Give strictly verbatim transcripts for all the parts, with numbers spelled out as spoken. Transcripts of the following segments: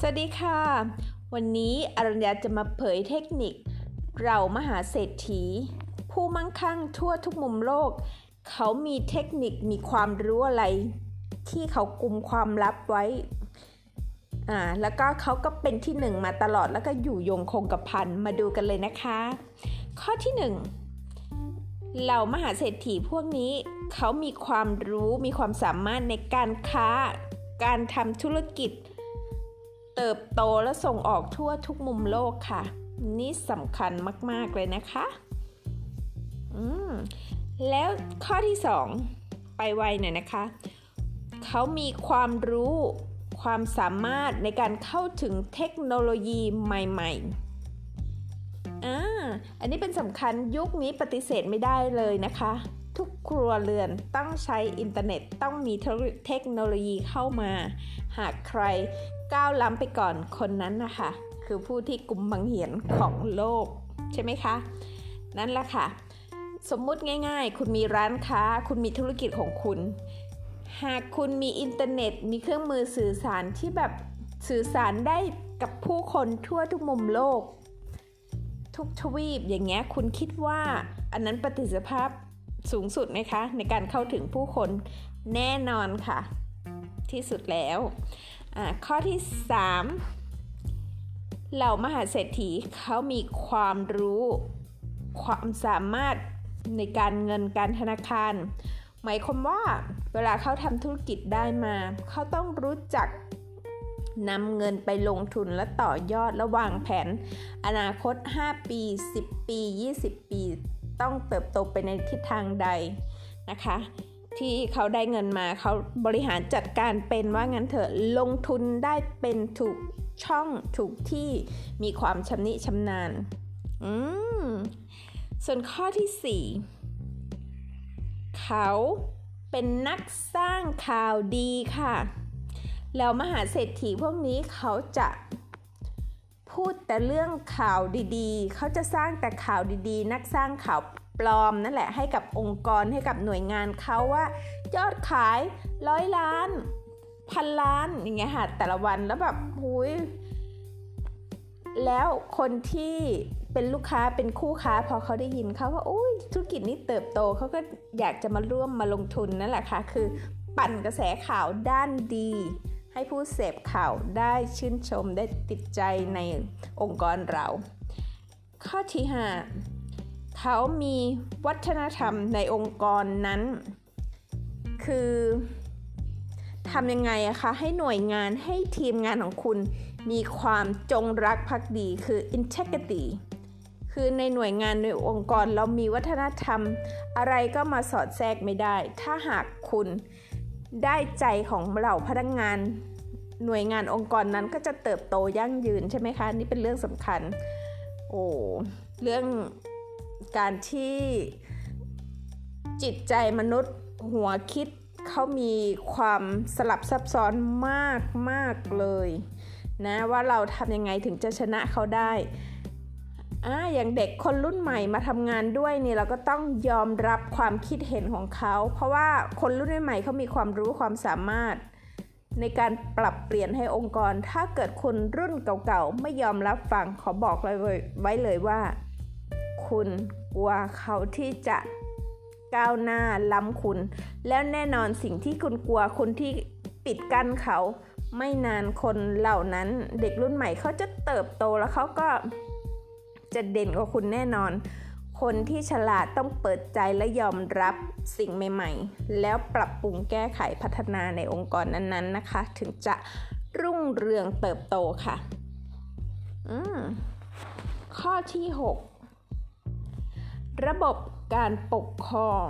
สวัสดีค่ะวันนี้อรัญญาจะมาเผยเทคนิคเรามหาเศรษฐีผู้มั่งคั่งทั่วทุกมุมโลกเขามีเทคนิคมีความรู้อะไรที่เขากุมความลับไว้อ่าแล้วก็เขาก็เป็นที่หนึ่งมาตลอดแล้วก็อยู่ยงคงกระพันมาดูกันเลยนะคะข้อที่หนึ่งเหล่ามหาเศรษฐีพวกนี้เขามีความรู้มีความสามารถในการค้าการทำธุรกิจเติบโตและส่งออกทั่วทุกมุมโลกค่ะนี่สำคัญมากๆเลยนะคะอืมแล้วข้อที่สองไปไวหน่อยนะคะเขามีความรู้ความสามารถในการเข้าถึงเทคโนโลยีใหม่ๆอ่าอันนี้เป็นสำคัญยุคนี้ปฏิเสธไม่ได้เลยนะคะทุกครัวเรือนต้องใช้อินเทอร์เน็ตต้องมีเทคโนโลยีเข้ามาหากใครก้าวล้ำไปก่อนคนนั้นนะคะคือผู้ที่กุมบังเหียนของโลกใช่ไหมคะนั่นแหละค่ะสมมุติง่ายๆคุณมีร้านค้าคุณมีธุรกิจของคุณหากคุณมีอินเทอร์เน็ตมีเครื่องมือสื่อสารที่แบบสื่อสารได้กับผู้คนทั่วทุกมุมโลกทุกทวีปอย่างเงี้ยคุณคิดว่าอันนั้นประสิทธิภาพสูงสุดไหมคะในการเข้าถึงผู้คนแน่นอนค่ะที่สุดแล้วข้อที่สามเหล่ามหาเศรษฐีเขามีความรู้ความสามารถในการเงินการธนาคารหมายความว่าเวลาเขาทำธุรกิจได้มาเขาต้องรู้จักนำเงินไปลงทุนและต่อยอดและวางแผนอนาคตห้าปีสิบปียี่สิบปีต้องเติบโตไปในทิศทางใดนะคะที่เขาได้เงินมาเขาบริหารจัดการเป็นว่างั้นเถอะลงทุนได้เป็นถูกช่องถูกที่มีความชำนิชำนาญอืมส่วนข้อที่สี่เขาเป็นนักสร้างข่าวดีค่ะแล้วมหาเศรษฐีพวกนี้เขาจะพูดแต่เรื่องข่าวดีๆเขาจะสร้างแต่ข่าวดีๆนักสร้างข่าวปลอมนั่นแหละให้กับองค์กรให้กับหน่วยงานเขาว่ายอดขายร้อยล้านพันล้านอย่างเงี้ยค่ะแต่ละวันแล้วแบบหุยแล้วคนที่เป็นลูกค้าเป็นคู่ค้าพอเขาได้ยินเขาว่าอุ้ยธุรกิจนี้เติบโตเขาก็อยากจะมาร่วมมาลงทุนนั่นแหละค่ะคือปั่นกระแสข่าวด้านดีให้ผู้เสพข่าวได้ชื่นชมได้ติดใจในองค์กรเราข้อที่ห้าเขามีวัฒนธรรมในองค์กรนั้นคือทำยังไงอะคะให้หน่วยงานให้ทีมงานของคุณมีความจงรักภักดีคือ integrity คือในหน่วยงานในองค์กรเรามีวัฒนธรรมอะไรก็มาสอดแทรกไม่ได้ถ้าหากคุณได้ใจของเหล่าพนักงานหน่วยงานองค์กรนั้นก็จะเติบโตยั่งยืนใช่ไหมคะนี่เป็นเรื่องสำคัญโอ้เรื่องการที่จิตใจมนุษย์หัวคิดเขามีความสลับซับซ้อนมากมากเลยนะว่าเราทำยังไงถึงจะชนะเขาได้อ่าอย่างเด็กคนรุ่นใหม่มาทำงานด้วยนี่เราก็ต้องยอมรับความคิดเห็นของเขาเพราะว่าคนรุ่นใหม่เขามีความรู้ความสามารถในการปรับเปลี่ยนให้องค์กรถ้าเกิดคนรุ่นเก่าๆไม่ยอมรับฟังขอบอกเลยไว้เลยว่าคุณกลัวเขาที่จะก้าวหน้าล้ำคุณแล้วแน่นอนสิ่งที่คุณกลัวคนที่ปิดกั้นเขาไม่นานคนเหล่านั้นเด็กรุ่นใหม่เขาจะเติบโตแล้วเขาก็จะเด่นกว่าคุณแน่นอนคนที่ฉลาดต้องเปิดใจและยอมรับสิ่งใหม่ๆแล้วปรับปรุงแก้ไขพัฒนาในองค์กรนั้นๆนะคะถึงจะรุ่งเรืองเติบโตค่ะอืมข้อที่หกระบบการปกครอง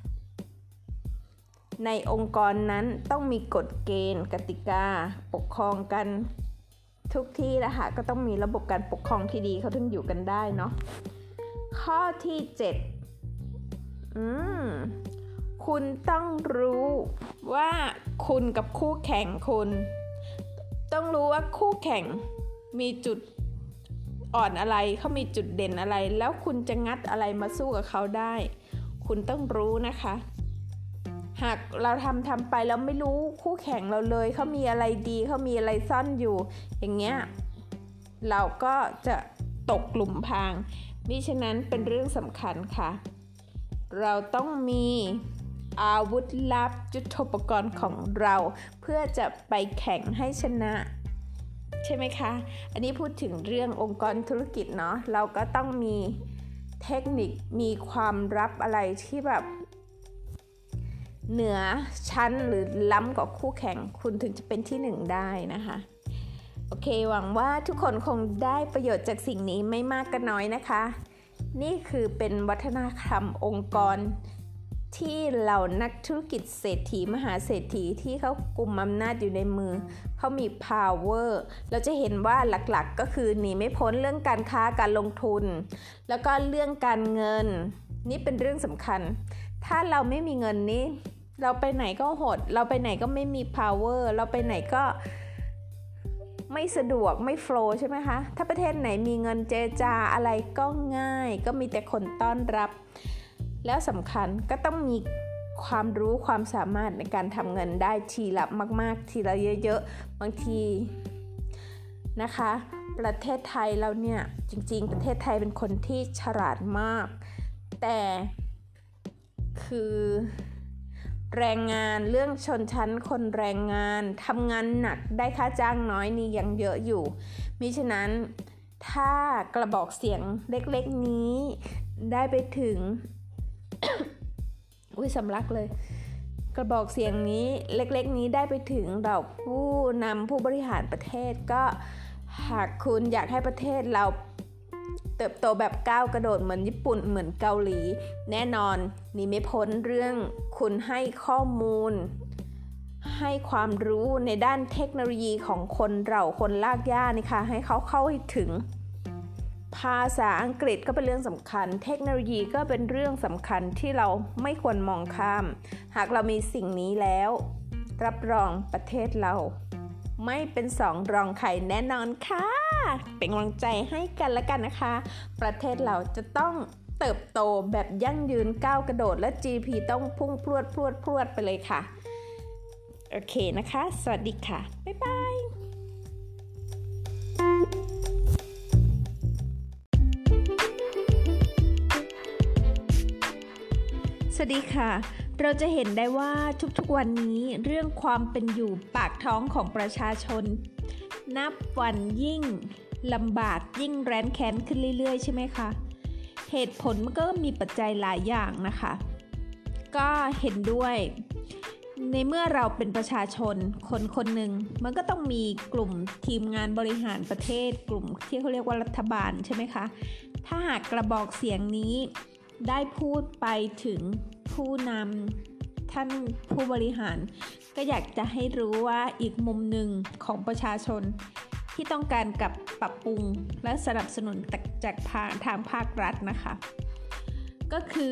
ในองค์กรนั้นต้องมีกฎเกณฑ์กติกาปกครองกันทุกที่นะคะก็ต้องมีระบบการปกครองที่ดีเขาถึงอยู่กันได้เนาะข้อที่เจ็ดอืมคุณต้องรู้ว่าคุณกับคู่แข่งคุณต้องรู้ว่าคู่แข่งมีจุดอ่อนอะไรเขามีจุดเด่นอะไรแล้วคุณจะงัดอะไรมาสู้กับเขาได้คุณต้องรู้นะคะหากเราทำทำไปแล้วไม่รู้คู่แข่งเราเลยเขามีอะไรดีเขามีอะไรซ่อนอยู่อย่างเงี้ยเราก็จะตกหลุมพรางมิฉะนั้นเป็นเรื่องสำคัญค่ะเราต้องมีอาวุธลับยุทโธปกรณ์ของเราเพื่อจะไปแข่งให้ชนะใช่ไหมคะอันนี้พูดถึงเรื่ององค์กรธุรกิจเนาะเราก็ต้องมีเทคนิคมีความลับอะไรที่แบบเหนือชั้นหรือล้ำกว่าคู่แข่งคุณถึงจะเป็นที่หนึ่งได้นะคะโอเคหวังว่าทุกคนคงได้ประโยชน์จากสิ่งนี้ไม่มากก็น้อยนะคะนี่คือเป็นวัฒนธรรมองค์กรที่เหล่านักธุรกิจเศรษฐีมหาเศรษฐีที่เขากุมอำนาจอยู่ในมือเขามี power เราจะเห็นว่าหลักๆก็คือหนีไม่พ้นเรื่องการค้าการลงทุนแล้วก็เรื่องการเงินนี่เป็นเรื่องสำคัญถ้าเราไม่มีเงินนี้เราไปไหนก็หดเราไปไหนก็ไม่มี power เราไปไหนก็ไม่สะดวกไม่โฟลว์ใช่ไหมคะถ้าประเทศไหนมีเงินเจรจาอะไรก็ง่ายก็มีแต่คนต้อนรับแล้วสำคัญก็ต้องมีความรู้ความสามารถในการทำเงินได้ทีละมากๆทีละเยอะๆบางทีนะคะประเทศไทยเราเนี่ยจริงๆประเทศไทยเป็นคนที่ฉลาดมากแต่คือแรงงานเรื่องชนชั้นคนแรงงานทำงานหนักได้ค่าจ้างน้อยนี่ยังเยอะอยู่มิฉะนั้นถ้ากระบอกเสียงเล็กๆนี้ได้ไปถึง อุ้ยสำลักเลยกระบอกเสียงนี้เล็กๆนี้ได้ไปถึงเราผู้นำผู้บริหารประเทศก็หากคุณอยากให้ประเทศเราเติบโตแบบก้าวกระโดดเหมือนญี่ปุ่นเหมือนเกาหลีแน่นอนนี่ไม่พ้นเรื่องคุณให้ข้อมูลให้ความรู้ในด้านเทคโนโลยีของคนเราคนลากย่านี่ค่ะให้เขาเข้าให้ถึงภาษาอังกฤษก็เป็นเรื่องสำคัญเทคโนโลยีก็เป็นเรื่องสำคัญที่เราไม่ควรมองข้ามหากเรามีสิ่งนี้แล้วรับรองประเทศเราไม่เป็นสองรองใครแน่นอนค่ะเป็นกำลังใจให้กันและกันนะคะประเทศเราจะต้องเติบโตแบบยั่งยืนก้าวกระโดดและ จี ดี พี ต้องพุ่งพรวดพรวดพรวดไปเลยค่ะโอเคนะคะสวัสดีค่ะบ๊ายบายสวัสดีค่ะเราจะเห็นได้ว่าทุกๆวันนี้เรื่องความเป็นอยู่ปากท้องของประชาชนนับวันยิ่งลำบากยิ่งแร้นแค้นขึ้นเรื่อยๆใช่ไหมคะเหตุผลมันก็มีปัจจัยหลายอย่างนะคะก็เห็นด้วยในเมื่อเราเป็นประชาชนคนคนหนึ่งมันก็ต้องมีกลุ่มทีมงานบริหารประเทศกลุ่มที่เขาเรียกว่ารัฐบาลใช่ไหมคะถ้าหากกระบอกเสียงนี้ได้พูดไปถึงผู้นำท่านผู้บริหารก็อยากจะให้รู้ว่าอีกมุมหนึ่งของประชาชนที่ต้องการกับปรับปรุงและสนับสนุนจากทางภาครัฐนะคะก็คือ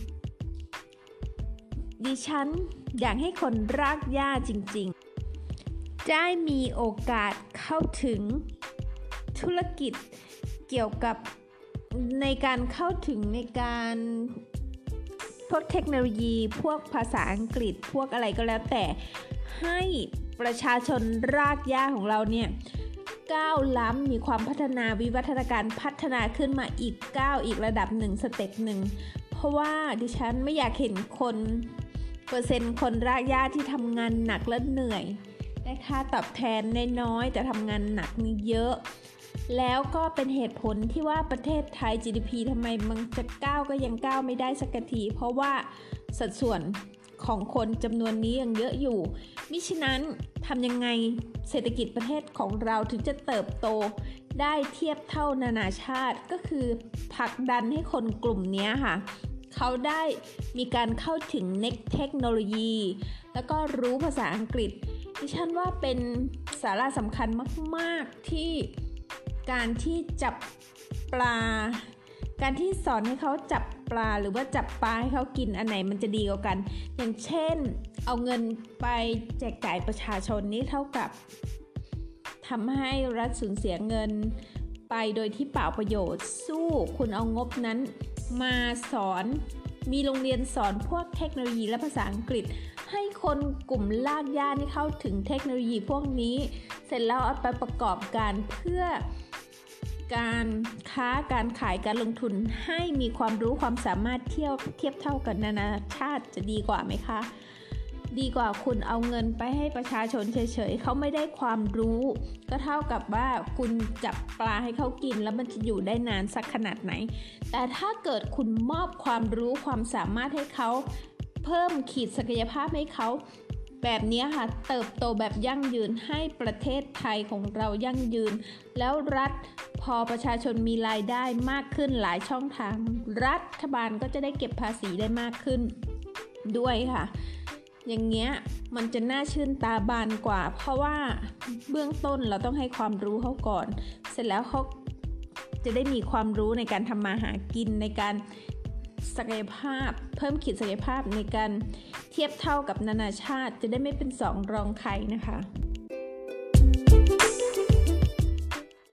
ดิฉันอยากให้คนรากหญ้าจริงๆได้มีโอกาสเข้าถึงธุรกิจเกี่ยวกับในการเข้าถึงในการพวกเทคโนโลยีพวกภาษาอังกฤษพวกอะไรก็แล้วแต่ให้ประชาชนรากหญ้าของเราเนี่ยก้าวล้ำมีความพัฒนาวิวัฒนาการพัฒนาขึ้นมาอีกก้าวอีกระดับหนึ่งสเต็ปหนึ่งเพราะว่าดิฉันไม่อยากเห็นคนเปอร์เซ็นต์คนรากหญ้าที่ทำงานหนักและเหนื่อยได้ค่าตอบแทนน้อยๆแต่ทำงานหนักนี่เยอะแล้วก็เป็นเหตุผลที่ว่าประเทศไทย จี ดี พี ทำไมมันจะก้าวก็ยังก้าวไม่ได้สักทีเพราะว่าสัดส่วนของคนจำนวนนี้ยังเยอะอยู่มิฉะนั้นทำยังไงเศรษฐกิจประเทศของเราถึงจะเติบโตได้เทียบเท่านานาชาติก็คือผลักดันให้คนกลุ่มนี้ค่ะเขาได้มีการเข้าถึงเทคโนโลยีแล้วก็รู้ภาษาอังกฤษดิฉันว่าเป็นสาระสำคัญมากๆที่การที่จับปลาการที่สอนให้เขาจับปลาหรือว่าจับปลาให้เขากินอันไหนมันจะดีกว่ากันอย่างเช่นเอาเงินไปแจกจ่ายประชาชนนี้เท่ากับทำให้รัฐสูญเสียเงินไปโดยที่เปล่าประโยชน์สู้คุณเอางบนั้นมาสอนมีโรงเรียนสอนพวกเทคโนโลยีและภาษาอังกฤษให้คนกลุ่มรากหญ้านี่เข้าถึงเทคโนโลยีพวกนี้เสร็จแล้วเอาไปประกอบการเพื่อการค้าการขายการลงทุนให้มีความรู้ความสามารถเทียบเทียบเท่ากับนานาชาติจะดีกว่าไหมคะดีกว่าคุณเอาเงินไปให้ประชาชนเฉยๆเขาไม่ได้ความรู้ก็เท่ากับว่าคุณจับปลาให้เขากินแล้วมันจะอยู่ได้นานสักขนาดไหนแต่ถ้าเกิดคุณมอบความรู้ความสามารถให้เขาเพิ่มขีดศักยภาพให้เขาแบบนี้ค่ะเติบโตแบบยั่งยืนให้ประเทศไทยของเรายั่งยืนแล้วรัฐพอประชาชนมีรายได้มากขึ้นหลายช่องทางรัฐบาลก็จะได้เก็บภาษีได้มากขึ้นด้วยค่ะอย่างเงี้ยมันจะน่าชื่นตาบานกว่าเพราะว่าเบื้องต้นเราต้องให้ความรู้เขาก่อนเสร็จแล้วเขาจะได้มีความรู้ในการทำมาหากินในการศักยภาพเพิ่มขีดศักยภาพในการเทียบเท่ากับนานาชาติจะได้ไม่เป็นสองรองใครนะคะ